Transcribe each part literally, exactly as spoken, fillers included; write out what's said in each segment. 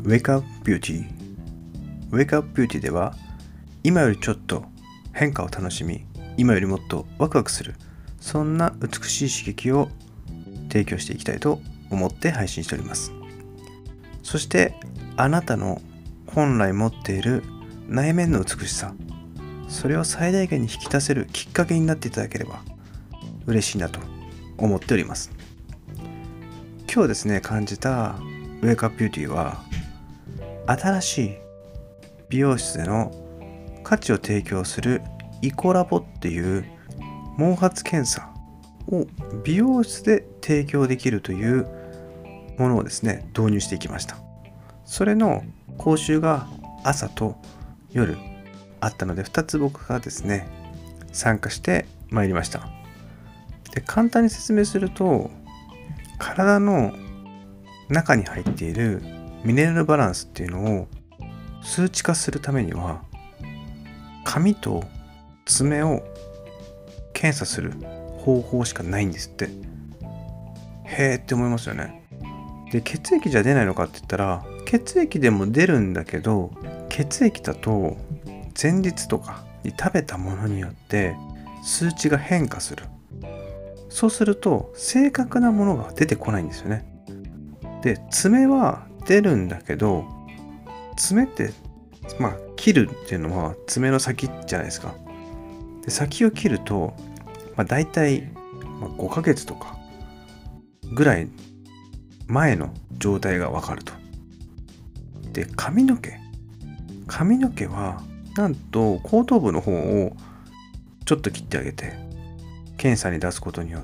Wake Up Beauty Wake Up Beauty では今よりちょっと変化を楽しみ、今よりもっとワクワクする、そんな美しい刺激を提供していきたいと思って配信しております。そしてあなたの本来持っている内面の美しさ、それを最大限に引き出せるきっかけになっていただければ嬉しいなと思っております。今日ですね感じたウェイクアップビューティーは、新しい美容室での価値を提供するイコラボっていう毛髪検査を美容室で提供できるというものをですね導入していきました。それの講習が朝と夜あったので、ふたつ僕がですね参加してまいりました。で、簡単に説明すると、体の中に入っているミネラルバランスっていうのを数値化するためには、髪と爪を検査する方法しかないんですって。へーって思いますよね。で、血液じゃ出ないのかって言ったら、血液でも出るんだけど、血液だと前日とかに食べたものによって数値が変化する。そうすると正確なものが出てこないんですよね。で、爪は出るんだけど、爪ってまあ切るっていうのは爪の先じゃないですか。で、先を切ると、まあ、大体ごかげつとかぐらい前の状態がわかると。で、髪の毛髪の毛はなんと後頭部の方をちょっと切ってあげて検査に出すことによって、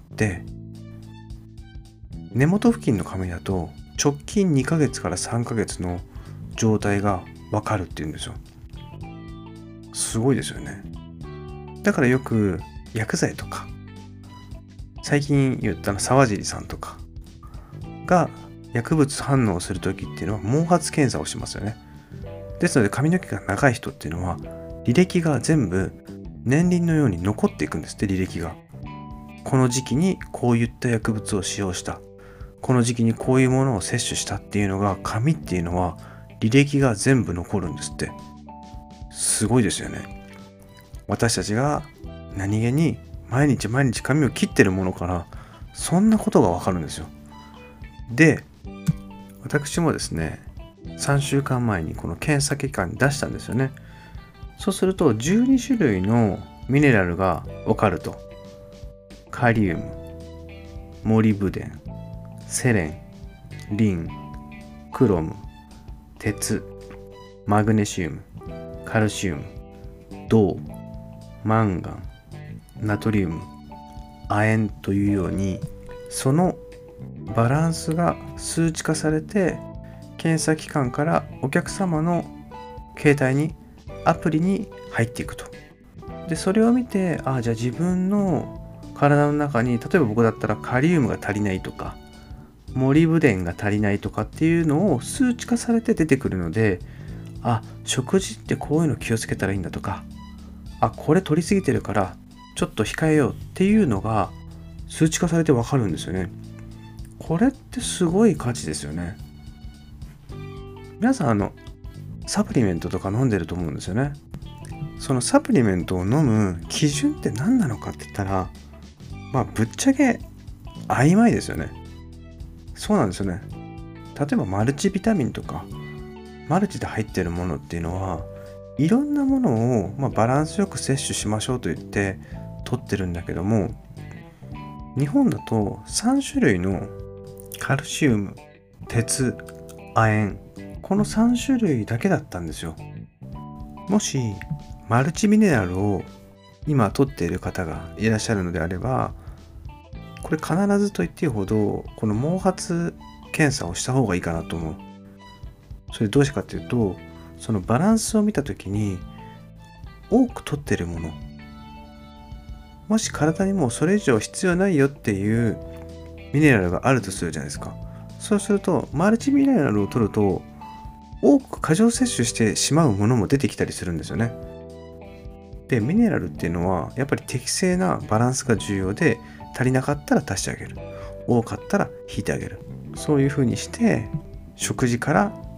根元付近の髪だと直近にかげつからさんかげつの状態がわかるっていうんですよ。すごいですよね。だからよく薬剤とか、最近言ったの沢尻さんとかが薬物反応するときっていうのは毛髪検査をしますよね。ですので髪の毛が長い人っていうのは履歴が全部年輪のように残っていくんですって。履歴がこの時期にこういった薬物を使用した、この時期にこういうものを摂取したっていうのが、髪っていうのは履歴が全部残るんですって。すごいですよね。私たちが何気に毎日毎日髪を切ってるものからそんなことがわかるんですよ。で、私もですねさんしゅうかんまえにこの検査結果に出したんですよね。そうするとじゅうにしゅるいのミネラルがわかると。カリウム、モリブデン、セレン、リン、クロム、鉄、マグネシウム、カルシウム、銅、マンガン、ナトリウム、亜鉛というように、そのバランスが数値化されて、検査機関からお客様の携帯にアプリに入っていくと。で、それを見て、ああ、じゃあ自分の体の中に、例えば僕だったらカリウムが足りないとか、モリブデンが足りないとかっていうのを数値化されて出てくるので、あ、食事ってこういうの気をつけたらいいんだとか、あ、これ取りすぎてるからちょっと控えようっていうのが数値化されてわかるんですよね。これってすごい価値ですよね。皆さんあのサプリメントとか飲んでると思うんですよね。そのサプリメントを飲む基準って何なのかって言ったら、まあぶっちゃけ曖昧ですよね。そうなんですよね。例えばマルチビタミンとかマルチで入ってるものっていうのはいろんなものを、まあ、バランスよく摂取しましょうと言って取ってるんだけども、日本だとさんしゅるいのカルシウム、鉄、亜鉛、このさんしゅるいだけだったんですよ。もしマルチミネラルを今取っている方がいらっしゃるのであれば、これ必ずと言っていいほどこの毛髪検査をした方がいいかなと思う。それどうしてかっていうと、そのバランスを見たときに多く取っているもの、もし体にもうそれ以上必要ないよっていうミネラルがあるとするじゃないですか。そうするとマルチミネラルを取ると多く過剰摂取してしまうものも出てきたりするんですよね。で、ミネラルっていうのはやっぱり適正なバランスが重要で、足りなかったら足してあげる、多かったら引いてあげる、そういう風にして食事から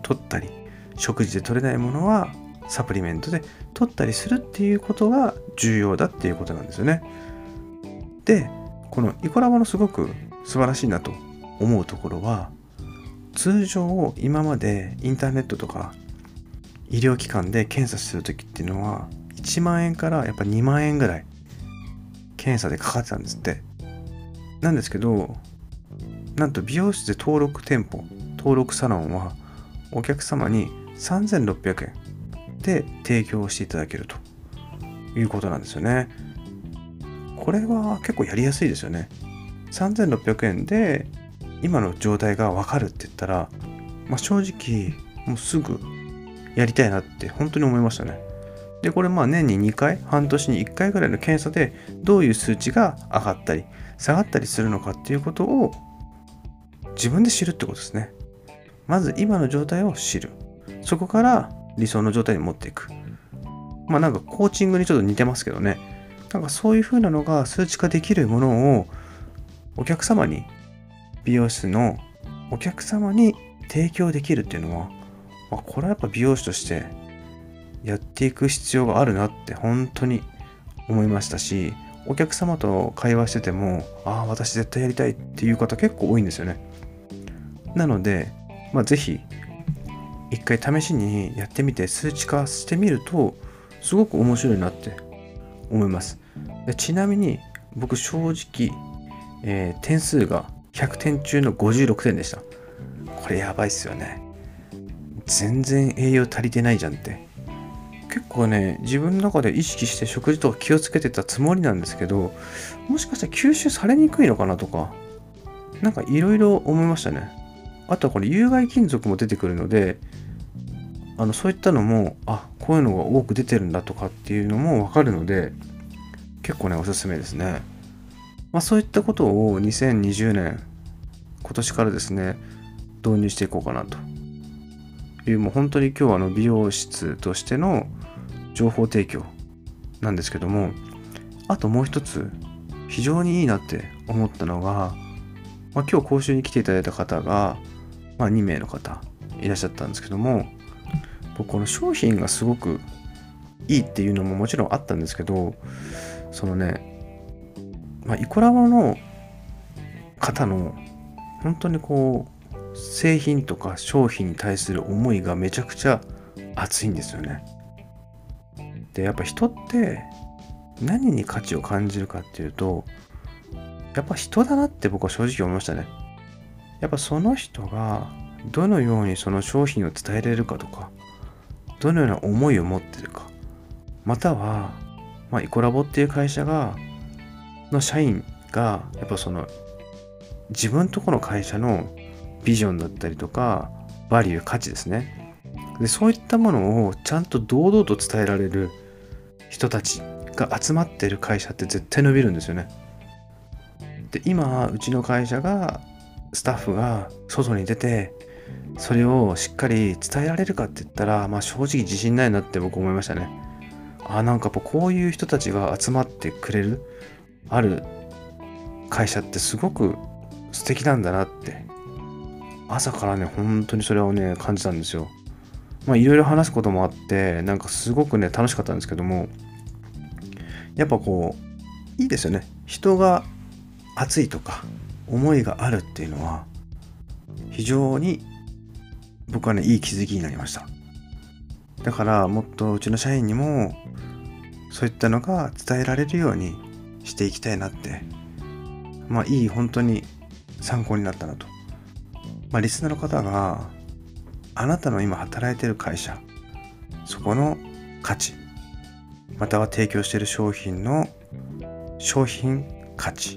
取ったり、食事で取れないものはサプリメントで取ったりするっていうことが重要だっていうことなんですよね。で、このイコラボのすごく素晴らしいなと思うところは、通常今までインターネットとか医療機関で検査するときっていうのはいちまんえんからやっぱにまんえんぐらい検査でかかってたんですって。なんですけど、なんと美容室で登録店舗、登録サロンはお客様にさんぜんろっぴゃくえんで提供していただけるということなんですよね。これは結構やりやすいですよね。さんぜんろっぴゃくえんで今の状態がわかるって言ったら、まあ、正直もうすぐやりたいなって本当に思いましたね。で、これまあ年ににかい、半年にいっかいぐらいの検査でどういう数値が上がったり下がったりするのかっていうことを自分で知るってことですね。まず今の状態を知る。そこから理想の状態に持っていく。まあなんかコーチングにちょっと似てますけどね。なんかそういう風なのが数値化できるものをお客様に、美容室のお客様に提供できるっていうのは、まあ、これはやっぱ美容師としてやっていく必要があるなって本当に思いましたし、お客様と会話してても、ああ、私絶対やりたいっていう方結構多いんですよね。なので、まあ、ぜひ一回試しにやってみて数値化してみるとすごく面白いなって思います。で、ちなみに僕正直、えー、点数がひゃくてん中のごじゅうろくてんでした。これやばいっすよね。全然栄養足りてないじゃんって。結構ね、自分の中で意識して食事とか気をつけてたつもりなんですけど、もしかしたら吸収されにくいのかなとか、なんかいろいろ思いましたね。あとはこれ有害金属も出てくるので、あのそういったのも、あ、こういうのが多く出てるんだとかっていうのもわかるので、結構ね、おすすめですね。まあそういったことをにせんにじゅうねん、今年からですね、導入していこうかなという、もう本当に今日はあの美容室としての情報提供なんですけども、あともう一つ非常にいいなって思ったのが、まあ、今日講習に来ていただいた方が、まあ、にめいの方いらっしゃったんですけども、僕この商品がすごくいいっていうのももちろんあったんですけど、そのね、まあ、イコラボの方の本当にこう製品とか商品に対する思いがめちゃくちゃ熱いんですよね。で、やっぱ人って何に価値を感じるかっていうと、やっぱ人だなって僕は正直思いましたね。やっぱその人がどのようにその商品を伝えられるかとか、どのような思いを持ってるか、または、まあ、イコラボっていう会社がの社員がやっぱその自分とこの会社のビジョンだったりとかバリュー、価値ですね。で、そういったものをちゃんと堂々と伝えられる人たちが集まってる会社って絶対伸びるんですよね。で、今うちの会社がスタッフが外に出てそれをしっかり伝えられるかって言ったら、まあ正直自信ないなって僕思いましたね。あ、なんかやっぱこういう人たちが集まってくれるある会社ってすごく素敵なんだなって朝からね、本当にそれをね感じたんですよ。まあいろいろ話すこともあって、なんかすごくね楽しかったんですけども、やっぱこういいですよね。人が熱いとか思いがあるっていうのは非常に僕はねいい気づきになりました。だからもっとうちの社員にもそういったのが伝えられるようにしていきたいなって、まあいい本当に参考になったなと。まあリスナーの方があなたの今働いている会社、そこの価値、または提供している商品の商品価値、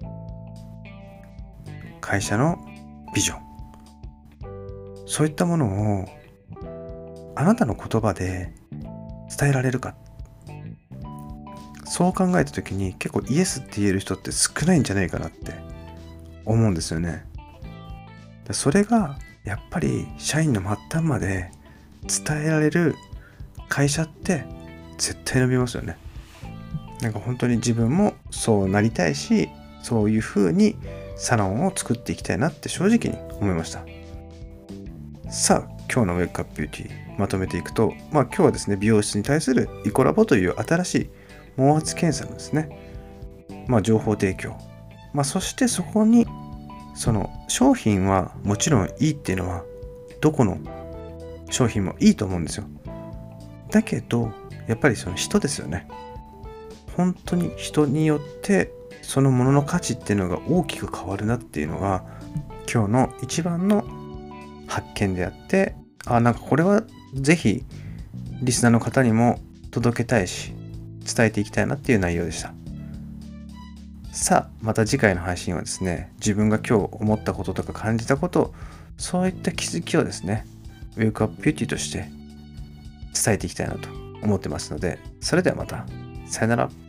会社のビジョン、そういったものをあなたの言葉で伝えられるか、そう考えた時に結構イエスって言える人って少ないんじゃないかなって思うんですよね。それがやっぱり社員の末端まで伝えられる会社って絶対伸びますよね。なんか本当に自分もそうなりたいし、そういう風にサロンを作っていきたいなって正直に思いました。さあ今日のウェイクアップビューティーまとめていくと、まあ今日はですね、美容室に対するイコラボという新しい毛髪検査のですね、まあ情報提供。まあそしてそこに、その商品はもちろんいいっていうのは、どこの商品もいいと思うんですよ。だけど、やっぱりその人ですよね。本当に人によってそのものの価値っていうのが大きく変わるなっていうのが今日の一番の発見であって、あ、なんかこれはぜひリスナーの方にも届けたいし伝えていきたいなっていう内容でした。さあ、また次回の配信はですね、自分が今日思ったこととか感じたこと、そういった気づきをですね、ウェイクアップビューティーとして伝えていきたいなと思ってますので、それではまた。さよなら。